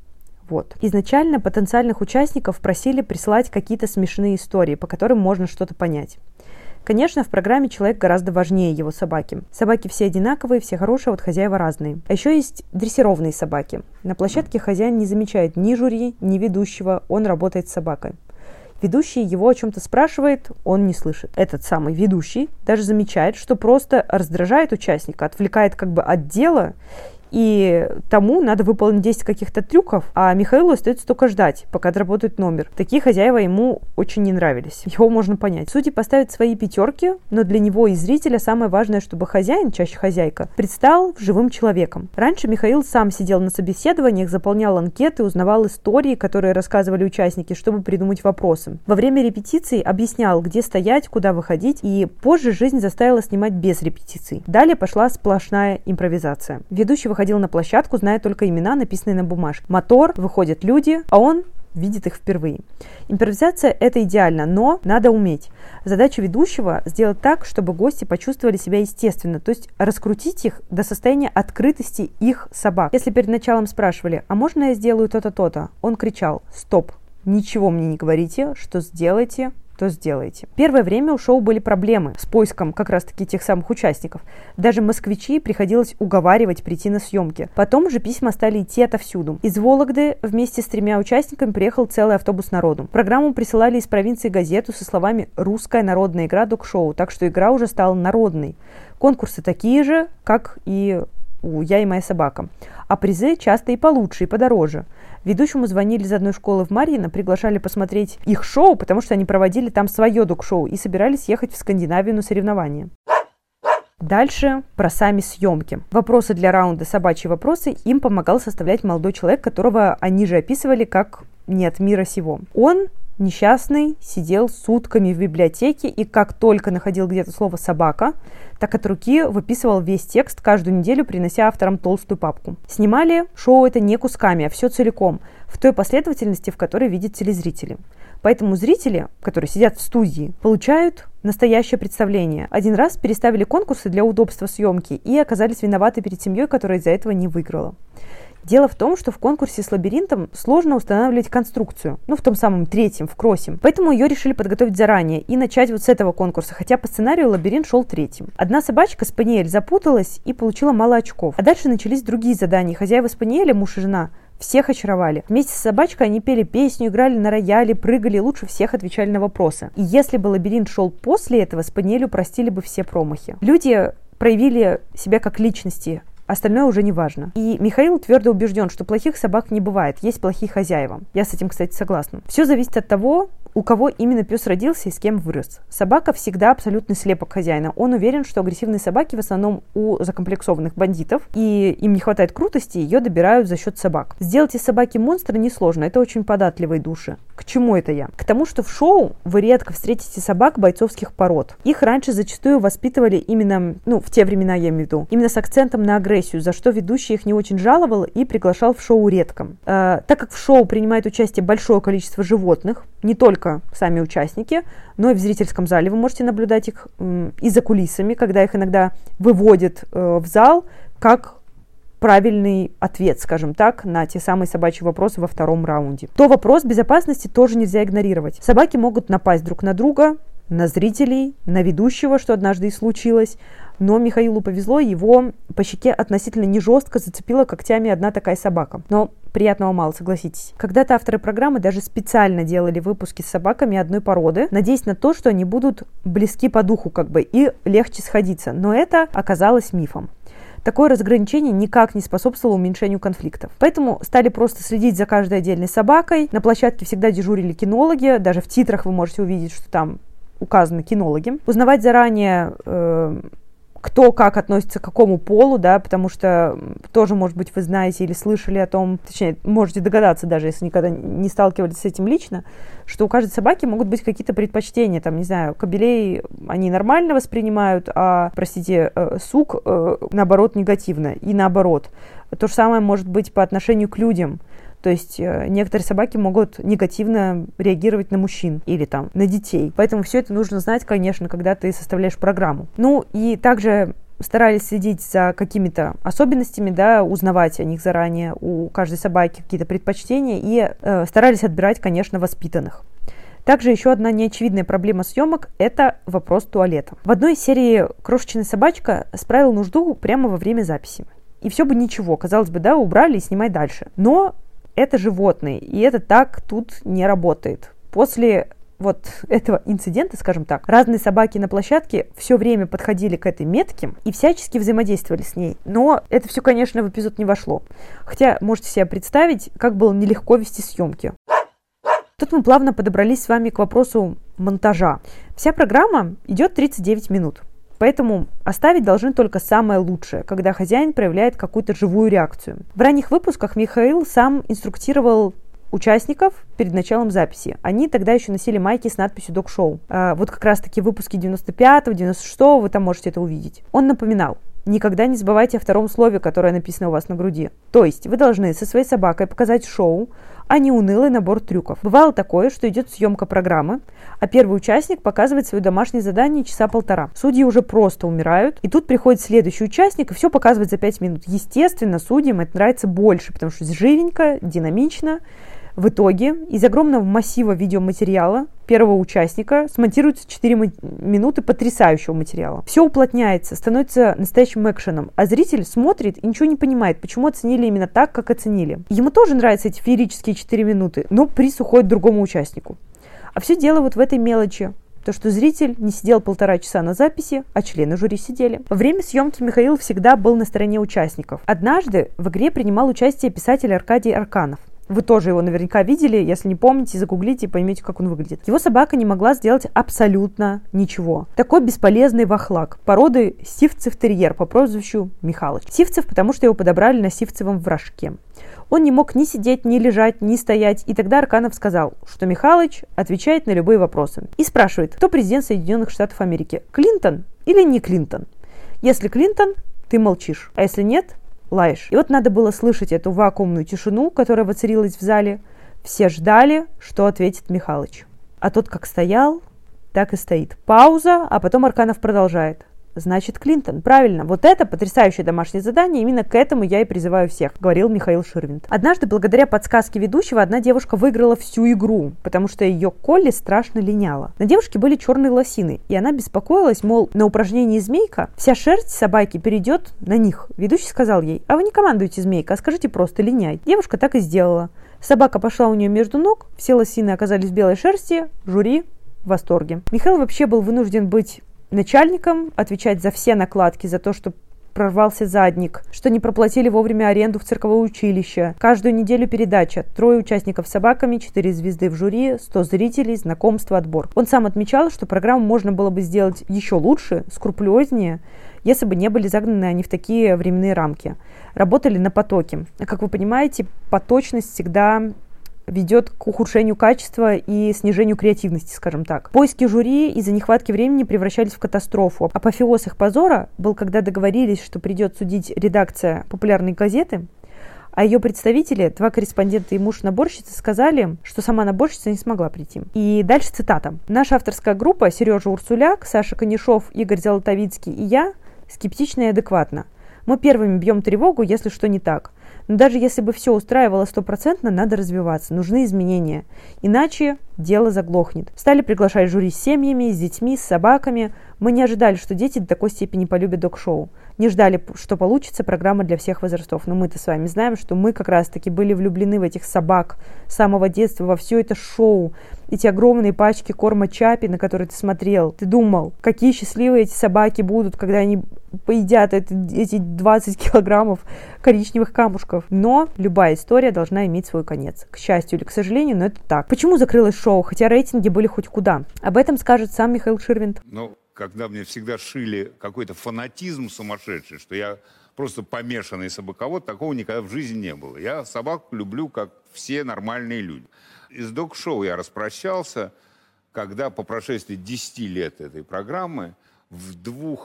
Вот. Изначально потенциальных участников просили прислать какие-то смешные истории, по которым можно что-то понять. Конечно, в программе человек гораздо важнее его собаки. Собаки все одинаковые, все хорошие, вот хозяева разные. А еще есть дрессированные собаки. На площадке хозяин не замечает ни жюри, ни ведущего, он работает с собакой. Ведущий его о чем-то спрашивает, он не слышит. Этот самый ведущий даже замечает, что просто раздражает участника, отвлекает как бы от дела и тому надо выполнить 10 каких-то трюков, а Михаилу остается только ждать, пока отработает номер. Такие хозяева ему очень не нравились. Его можно понять. Судьи поставят свои пятерки, но для него и зрителя самое важное, чтобы хозяин, чаще хозяйка, предстал живым человеком. Раньше Михаил сам сидел на собеседованиях, заполнял анкеты, узнавал истории, которые рассказывали участники, чтобы придумать вопросы. Во время репетиций объяснял, где стоять, куда выходить, и позже жизнь заставила снимать без репетиций. Далее пошла сплошная импровизация. Ведущий выходил на площадку, зная только имена, написанные на бумажке. Мотор, выходят люди, а он видит их впервые. Импровизация – это идеально, но надо уметь. Задача ведущего – сделать так, чтобы гости почувствовали себя естественно, то есть раскрутить их до состояния открытости их собак. Если перед началом спрашивали, а можно я сделаю то-то, то-то, он кричал: стоп, ничего мне не говорите, что сделайте, то сделайте. Первое время у шоу были проблемы с поиском как раз-таки тех самых участников. Даже москвичей приходилось уговаривать прийти на съемки. Потом же письма стали идти отовсюду. Из Вологды вместе с 3 участниками приехал целый автобус народу. Программу присылали из провинции газету со словами «Русская народная игра док-шоу», так что игра уже стала народной. Конкурсы такие же, как и у «Я и моя собака». А призы часто и получше, и подороже. Ведущему звонили из одной школы в Марьино, приглашали посмотреть их шоу, потому что они проводили там свое док-шоу и собирались ехать в Скандинавию на соревнования. Дальше про сами съемки. Вопросы для раунда «Собачьи вопросы» им помогал составлять молодой человек, которого они же описывали как «не от мира сего». Он, несчастный, сидел сутками в библиотеке и как только находил где-то слово «собака», так от руки выписывал весь текст, каждую неделю принося авторам толстую папку. Снимали шоу это не кусками, а все целиком, в той последовательности, в которой видят телезрители. Поэтому зрители, которые сидят в студии, получают настоящее представление. Один раз переставили конкурсы для удобства съемки и оказались виноваты перед семьей, которая из-за этого не выиграла. Дело в том, что в конкурсе с лабиринтом сложно устанавливать конструкцию, в том самом 3-м, в кроссе. Поэтому ее решили подготовить заранее и начать вот с этого конкурса, хотя по сценарию лабиринт шел 3-м. Одна собачка, спаниель, запуталась и получила мало очков. А дальше начались другие задания. Хозяева спаниеля, муж и жена, всех очаровали. Вместе с собачкой они пели песню, играли на рояле, прыгали, лучше всех отвечали на вопросы. И если бы лабиринт шел после этого, спаниелю простили бы все промахи. Люди проявили себя как личности, остальное уже не важно. И Михаил твердо убежден, что плохих собак не бывает, есть плохие хозяева. Я с этим, кстати, согласна. Все зависит от того, у кого именно пес родился и с кем вырос. Собака всегда абсолютный слепок хозяина. Он уверен, что агрессивные собаки в основном у закомплексованных бандитов, и им не хватает крутости, ее добирают за счет собак. Сделать из собаки монстра несложно, это очень податливые души. К чему это я? К тому, что в шоу вы редко встретите собак бойцовских пород. Их раньше зачастую воспитывали именно, в те времена я имею в виду, именно с акцентом на агрессию, за что ведущий их не очень жаловал и приглашал в шоу редко. Так как в шоу принимает участие большое количество животных, не только сами участники, но и в зрительском зале вы можете наблюдать их и за кулисами, когда их иногда выводят в зал как правильный ответ, скажем так, на те самые собачьи вопросы во 2-м раунде. То вопрос безопасности тоже нельзя игнорировать. Собаки могут напасть друг на друга, на зрителей, на ведущего, что однажды и случилось. Но Михаилу повезло, его по щеке относительно не жестко зацепила когтями одна такая собака. Но приятного мало, согласитесь. Когда-то авторы программы даже специально делали выпуски с собаками одной породы, надеясь на то, что они будут близки по духу и легче сходиться. Но это оказалось мифом. Такое разграничение никак не способствовало уменьшению конфликтов. Поэтому стали просто следить за каждой отдельной собакой. На площадке всегда дежурили кинологи. Даже в титрах вы можете увидеть, что там указаны кинологи. Узнавать заранее, кто как относится к какому полу, потому что тоже, может быть, вы знаете или слышали о том, точнее, можете догадаться, даже если никогда не сталкивались с этим лично, что у каждой собаки могут быть какие-то предпочтения, кобелей они нормально воспринимают, а, сук, наоборот, негативно, и наоборот. То же самое может быть по отношению к людям. То есть некоторые собаки могут негативно реагировать на мужчин или на детей. Поэтому все это нужно знать, конечно, когда ты составляешь программу. И также старались следить за какими-то особенностями, узнавать о них заранее, у каждой собаки какие-то предпочтения, и старались отбирать, конечно, воспитанных. Также еще одна неочевидная проблема съемок – это вопрос туалета. В одной серии крошечная собачка справила нужду прямо во время записи. И все бы ничего, казалось бы, убрали и снимай дальше. Но это животные, и это так тут не работает. После вот этого инцидента, скажем так, разные собаки на площадке все время подходили к этой метке и всячески взаимодействовали с ней. Но это все, конечно, в эпизод не вошло. Хотя можете себе представить, как было нелегко вести съемки. Тут мы плавно подобрались с вами к вопросу монтажа. Вся программа идет 39 минут. Поэтому оставить должны только самое лучшее, когда хозяин проявляет какую-то живую реакцию. В ранних выпусках Михаил сам инструктировал участников перед началом записи. Они тогда еще носили майки с надписью «Док-шоу». Вот как раз-таки выпуски 95-го, 96-го, вы там можете это увидеть. Он напоминал: никогда не забывайте о втором слове, которое написано у вас на груди. То есть вы должны со своей собакой показать шоу, а не унылый набор трюков. Бывало такое, что идет съемка программы, а первый участник показывает свое домашнее задание часа полтора. Судьи уже просто умирают, и тут приходит следующий участник и все показывает за 5 минут. Естественно, судьям это нравится больше, потому что живенько, динамично. В итоге из огромного массива видеоматериала первого участника смонтируется 4 минуты потрясающего материала. Все уплотняется, становится настоящим экшеном, а зритель смотрит и ничего не понимает, почему оценили именно так, как оценили. Ему тоже нравятся эти феерические 4 минуты, но приз уходит другому участнику. А все дело вот в этой мелочи. То, что зритель не сидел 1,5 часа на записи, а члены жюри сидели. Во время съемки Михаил всегда был на стороне участников. Однажды в игре принимал участие писатель Аркадий Арканов. Вы тоже его наверняка видели, если не помните, загуглите и поймете, как он выглядит. Его собака не могла сделать абсолютно ничего. Такой бесполезный вахлак, породы сивцев-терьер по прозвищу Михалыч. Сивцев, потому что его подобрали на сивцевом вражке. Он не мог ни сидеть, ни лежать, ни стоять, и тогда Арканов сказал, что Михалыч отвечает на любые вопросы. И спрашивает, кто президент Соединенных Штатов Америки, Клинтон или не Клинтон? Если Клинтон, ты молчишь, а если нет, лаешь. И вот надо было слышать эту вакуумную тишину, которая воцарилась в зале. Все ждали, что ответит Михалыч. А тот как стоял, так и стоит. Пауза, а потом Арканов продолжает. Значит, Клинтон. Правильно. Вот это потрясающее домашнее задание. Именно к этому я и призываю всех, говорил Михаил Ширвинд. Однажды, благодаря подсказке ведущего, одна девушка выиграла всю игру, потому что ее Колли страшно линяла. На девушке были черные лосины, и она беспокоилась, мол, на упражнении «Змейка» вся шерсть собаки перейдет на них. Ведущий сказал ей: а вы не командуете «Змейка», а скажите просто «линяй». Девушка так и сделала. Собака пошла у нее между ног, все лосины оказались в белой шерсти, жюри в восторге. Михаил вообще был вынужден быть начальником, отвечать за все накладки, за то, что прорвался задник, что не проплатили вовремя аренду в цирковое училище. Каждую неделю передача. 3 участников с собаками, 4 звезды в жюри, 100 зрителей, знакомство, отбор. Он сам отмечал, что программу можно было бы сделать еще лучше, скрупулезнее, если бы не были загнаны они в такие временные рамки. Работали на потоке. Как вы понимаете, поточность всегда ведет к ухудшению качества и снижению креативности, скажем так. Поиски жюри из-за нехватки времени превращались в катастрофу. Апофеоз их позора был, когда договорились, что придет судить редакция популярной газеты, а ее представители, 2 корреспондента и муж наборщицы, сказали, что сама наборщица не смогла прийти. И дальше цитата. «Наша авторская группа, Сережа Урсуляк, Саша Конешов, Игорь Золотовицкий и я, скептично и адекватно. Мы первыми бьем тревогу, если что не так. Но даже если бы все устраивало 100%, надо развиваться, нужны изменения. Иначе дело заглохнет. Стали приглашать жюри с семьями, с детьми, с собаками. Мы не ожидали, что дети до такой степени полюбят док-шоу. Не ждали, что получится программа для всех возрастов. Но мы-то с вами знаем, что мы как раз-таки были влюблены в этих собак с самого детства, во все это шоу. Эти огромные пачки корма Чаппи, на которые ты смотрел. Ты думал, какие счастливые эти собаки будут, когда они поедят эти 20 килограммов коричневых камушков. Но любая история должна иметь свой конец. К счастью или к сожалению, но это так. Почему закрылось шоу, хотя рейтинги были хоть куда? Об этом скажет сам Михаил Ширвинд. Когда мне всегда шили какой-то фанатизм сумасшедший, что я просто помешанный собаковод, такого никогда в жизни не было. Я собак люблю, как все нормальные люди. Из док-шоу я распрощался, когда по прошествии 10 лет этой программы в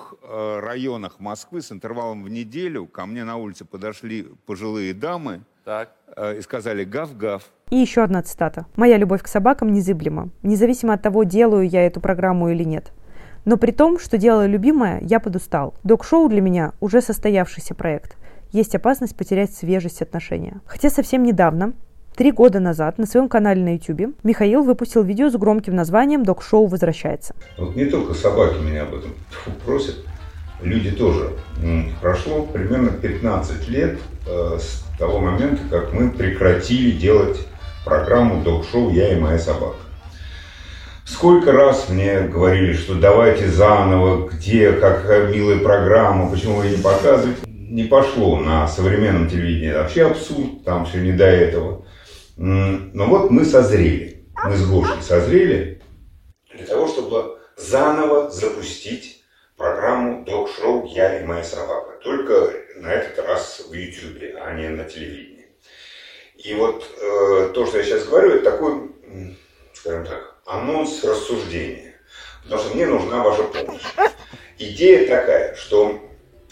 2 районах Москвы с интервалом в неделю ко мне на улице подошли пожилые дамы и сказали «гав-гав». И еще одна цитата. «Моя любовь к собакам незыблема, независимо от того, делаю я эту программу или нет. Но при том, что делаю любимое, я подустал. Док-шоу для меня уже состоявшийся проект. Есть опасность потерять свежесть отношения». Хотя совсем недавно, 3 года назад, на своем канале на YouTube Михаил выпустил видео с громким названием «Док-шоу возвращается». Вот не только собаки меня об этом просят, люди тоже. Прошло примерно 15 лет с того момента, как мы прекратили делать программу «Док-шоу. Я и моя собака». Сколько раз мне говорили, что давайте заново, где, как милая программа, почему вы не показываете. Не пошло на современном телевидении. Это вообще абсурд, там все не до этого. Но вот мы созрели, мы с Гошей созрели для того, чтобы заново запустить программу док-шоу «Я и моя собака». Только на этот раз в Ютьюбе, а не на телевидении. И вот то, что я сейчас говорю, это такой, скажем так, анонс рассуждения. Потому что мне нужна ваша помощь. Идея такая, что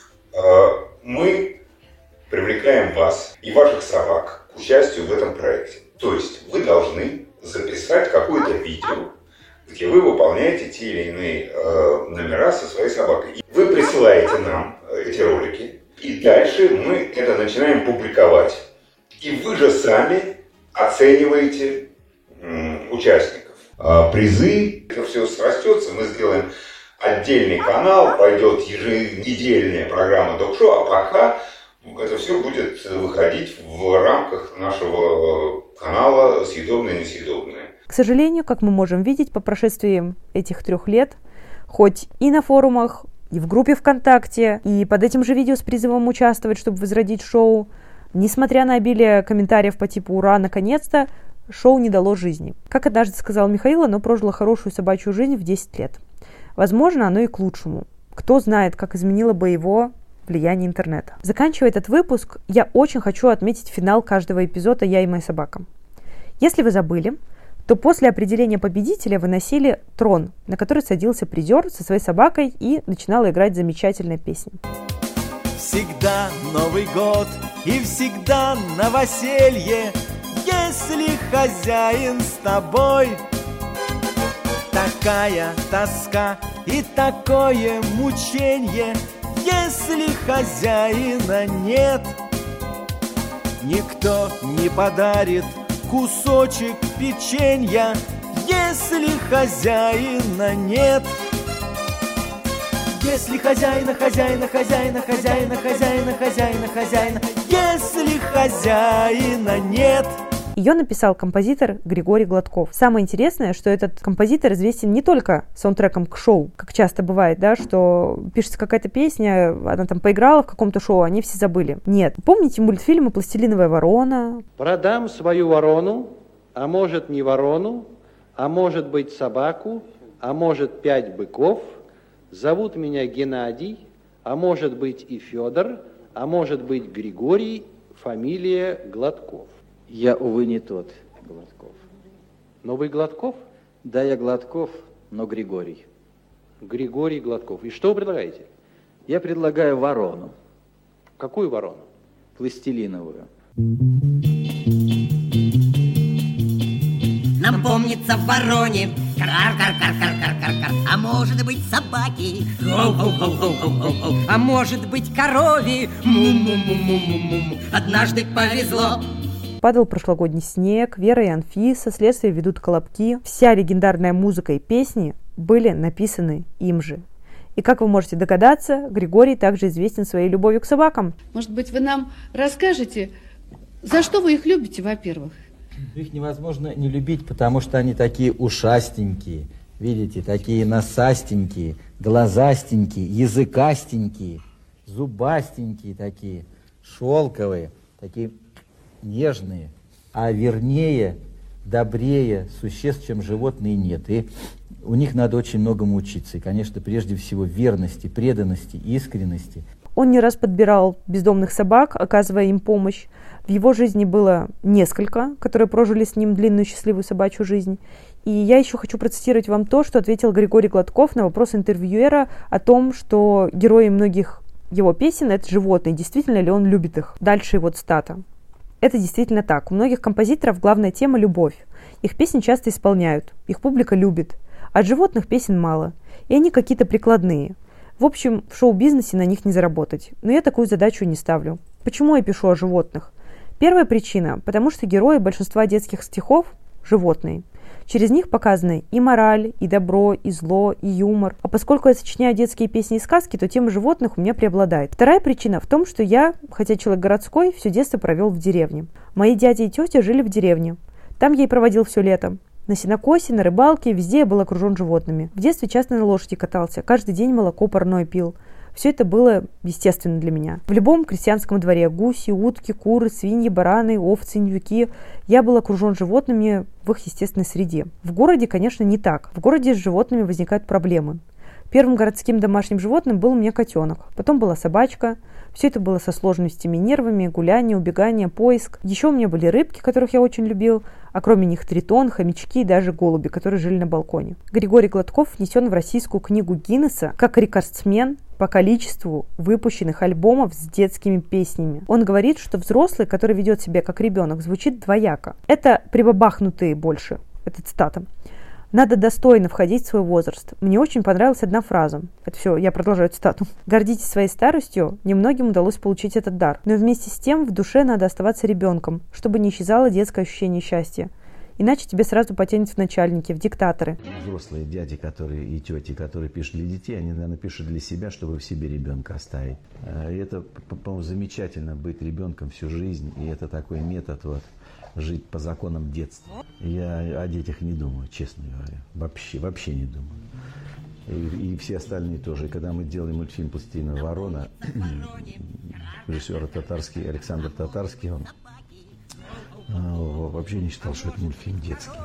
мы привлекаем вас и ваших собак к участию в этом проекте. То есть вы должны записать какое-то видео, где вы выполняете те или иные номера со своей собакой. И вы присылаете нам эти ролики, и дальше мы это начинаем публиковать. И вы же сами оцениваете участников. Призы, это все срастется, мы сделаем отдельный канал, пойдет еженедельная программа док-шоу, а пока это все будет выходить в рамках нашего канала «Съедобное и несъедобное». К сожалению, как мы можем видеть, по прошествии этих 3 лет, хоть и на форумах, и в группе ВКонтакте, и под этим же видео с призывом участвовать, чтобы возродить шоу, несмотря на обилие комментариев по типу «Ура, наконец-то!», шоу не дало жизни. Как однажды сказал Михаил, оно прожило хорошую собачью жизнь в 10 лет. Возможно, оно и к лучшему. Кто знает, как изменило бы его влияние интернета. Заканчивая этот выпуск, я очень хочу отметить финал каждого эпизода «Я и моя собака». Если вы забыли, то после определения победителя выносили трон, на который садился призер со своей собакой и начинала играть замечательная песня. Всегда Новый год и всегда новоселье, если хозяин с тобой. Такая тоска и такое мученье, если хозяина нет. Никто не подарит кусочек печенья, если хозяина нет. Если хозяина, если хозяина нет. Ее написал композитор Григорий Гладков. Самое интересное, что этот композитор известен не только саундтреком к шоу, как часто бывает, да, что пишется какая-то песня, она там поиграла в каком-то шоу, они все забыли. Нет. Помните мультфильмы «Пластилиновая ворона»? Продам свою ворону, а может не ворону, а может быть собаку, а может 5 быков. Зовут меня Геннадий, а может быть и Федор, а может быть Григорий, фамилия Гладков. Я, увы, не тот Гладков. Но вы Гладков? Да, я Гладков, но Григорий. Григорий Гладков. И что вы предлагаете? Я предлагаю ворону. Какую ворону? Пластилиновую. Нам помнится в вороне кар-кар-кар-кар-кар-кар-кар, а может быть собаки, хоу-хоу-хоу-хоу-хоу-хоу, а может быть корове, му-му-му-му-му-му. Однажды повезло. Падал прошлогодний снег, Вера и Анфиса, следствие ведут колобки. Вся легендарная музыка и песни были написаны им же. И, как вы можете догадаться, Григорий также известен своей любовью к собакам. Может быть, вы нам расскажете, за что вы их любите, во-первых? Их невозможно не любить, потому что они такие ушастенькие, видите, такие носастенькие, глазастенькие, языкастенькие, зубастенькие такие, шелковые, такие нежные, а вернее, добрее существ, чем животные, нет. И у них надо очень многому учиться. И, конечно, прежде всего верности, преданности, искренности. Он не раз подбирал бездомных собак, оказывая им помощь. В его жизни было несколько, которые прожили с ним длинную счастливую собачью жизнь. И я еще хочу процитировать вам то, что ответил Григорий Гладков на вопрос интервьюера о том, что герои многих его песен — это животные, действительно ли он любит их. Дальше его цитата. Это действительно так. У многих композиторов главная тема — любовь. Их песни часто исполняют, их публика любит. От животных песен мало, и они какие-то прикладные. В общем, в шоу-бизнесе на них не заработать. Но я такую задачу не ставлю. Почему я пишу о животных? Первая причина – потому что герои большинства детских стихов – животные. Через них показаны и мораль, и добро, и зло, и юмор. А поскольку я сочиняю детские песни и сказки, то тема животных у меня преобладает. Вторая причина в том, что я, хотя человек городской, все детство провел в деревне. Мои дяди и тетя жили в деревне. Там я и проводил все лето. На сенокосе, на рыбалке, везде я был окружен животными. В детстве часто на лошади катался, каждый день молоко парное пил. Все это было естественно для меня. В любом крестьянском дворе гуси, утки, куры, свиньи, бараны, овцы, индюки. Я был окружен животными в их естественной среде. В городе, конечно, не так. В городе с животными возникают проблемы. Первым городским домашним животным был у меня котенок. Потом была собачка. Все это было со сложностями, нервами, гуляние, убегание, поиск. Еще у меня были рыбки, которых я очень любил. А кроме них тритон, хомячки и даже голуби, которые жили на балконе. Григорий Гладков внесен в Российскую книгу Гиннесса как рекордсмен по количеству выпущенных альбомов с детскими песнями. Он говорит, что взрослый, который ведет себя как ребенок, звучит двояко. Это прибабахнутые больше. Это цитата. Надо достойно входить в свой возраст. Мне очень понравилась одна фраза. Это все, я продолжаю цитату. Гордитесь своей старостью, немногим удалось получить этот дар. Но вместе с тем в душе надо оставаться ребенком, чтобы не исчезало детское ощущение счастья. Иначе тебе сразу потянет в начальники, в диктаторы. Взрослые дяди и тети, которые пишут для детей, они, наверное, пишут для себя, чтобы в себе ребенка оставить. И это, по-моему, замечательно быть ребенком всю жизнь. И это такой метод жить по законам детства. Я о детях не думаю, честно говоря. Вообще не думаю. И все остальные тоже. И когда мы делали мультфильм «Пластилиновая ворона», режиссер татарский, Александр Татарский, он вообще не считал, что это мультфильм детский.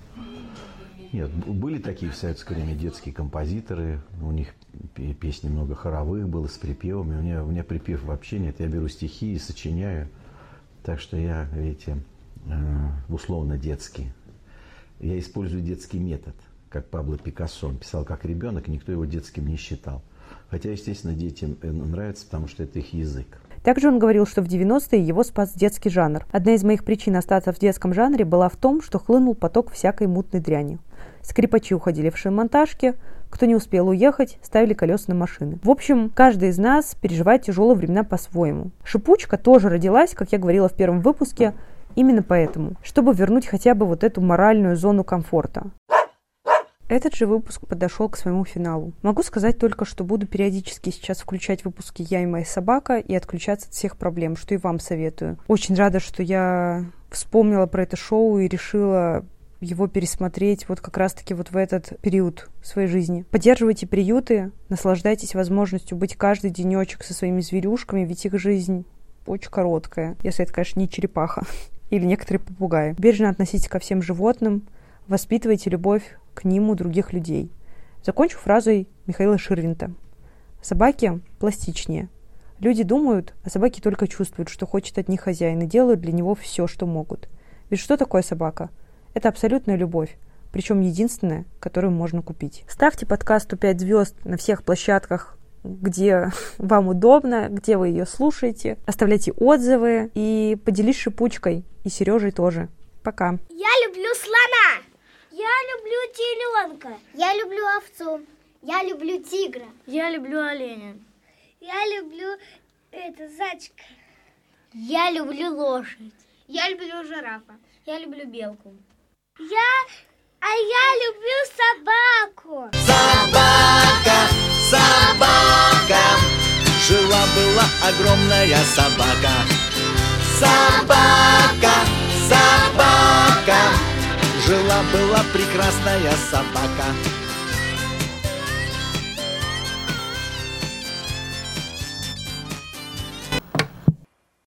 Нет, были такие в советское время детские композиторы, у них песни много хоровых было с припевами, у меня припев вообще нет, я беру стихи и сочиняю, так что я, видите, условно детский. Я использую детский метод, как Пабло Пикассо, он писал как ребенок, никто его детским не считал. Хотя, естественно, детям нравится, потому что это их язык. Также он говорил, что в 90-е его спас детский жанр. Одна из моих причин остаться в детском жанре была в том, что хлынул поток всякой мутной дряни. Скрипачи уходили в шиномонтажки, кто не успел уехать, ставили колеса на машины. В общем, каждый из нас переживает тяжелые времена по-своему. «Шипучка» тоже родилась, как я говорила в первом выпуске, именно поэтому, чтобы вернуть хотя бы эту моральную зону комфорта. Этот же выпуск подошел к своему финалу. Могу сказать только, что буду периодически сейчас включать выпуски «Я и моя собака» и отключаться от всех проблем, что и вам советую. Очень рада, что я вспомнила про это шоу и решила его пересмотреть как раз-таки в этот период своей жизни. Поддерживайте приюты, наслаждайтесь возможностью быть каждый денечек со своими зверюшками, ведь их жизнь очень короткая, если это, конечно, не черепаха или некоторые попугаи. Бережно относитесь ко всем животным, воспитывайте любовь к ним у других людей. Закончу фразой Михаила Ширвинта. Собаки пластичнее. Люди думают, а собаки только чувствуют, что хочет от них хозяин, и делают для него все, что могут. Ведь что такое собака? Это абсолютная любовь, причем единственная, которую можно купить. Ставьте подкасту 5 звезд на всех площадках, где вам удобно, где вы ее слушаете. Оставляйте отзывы и поделись Шипучкой и Сережей тоже. Пока. Я люблю слона. Я люблю теленка. Я люблю овцу. Я люблю тигра. Я люблю оленя. Я люблю зайчика. Я люблю лошадь. Я люблю жирафа. Я люблю белку. Я люблю собаку. Собака, собака, жила-была огромная собака. Собака, собака, жила-была прекрасная собака.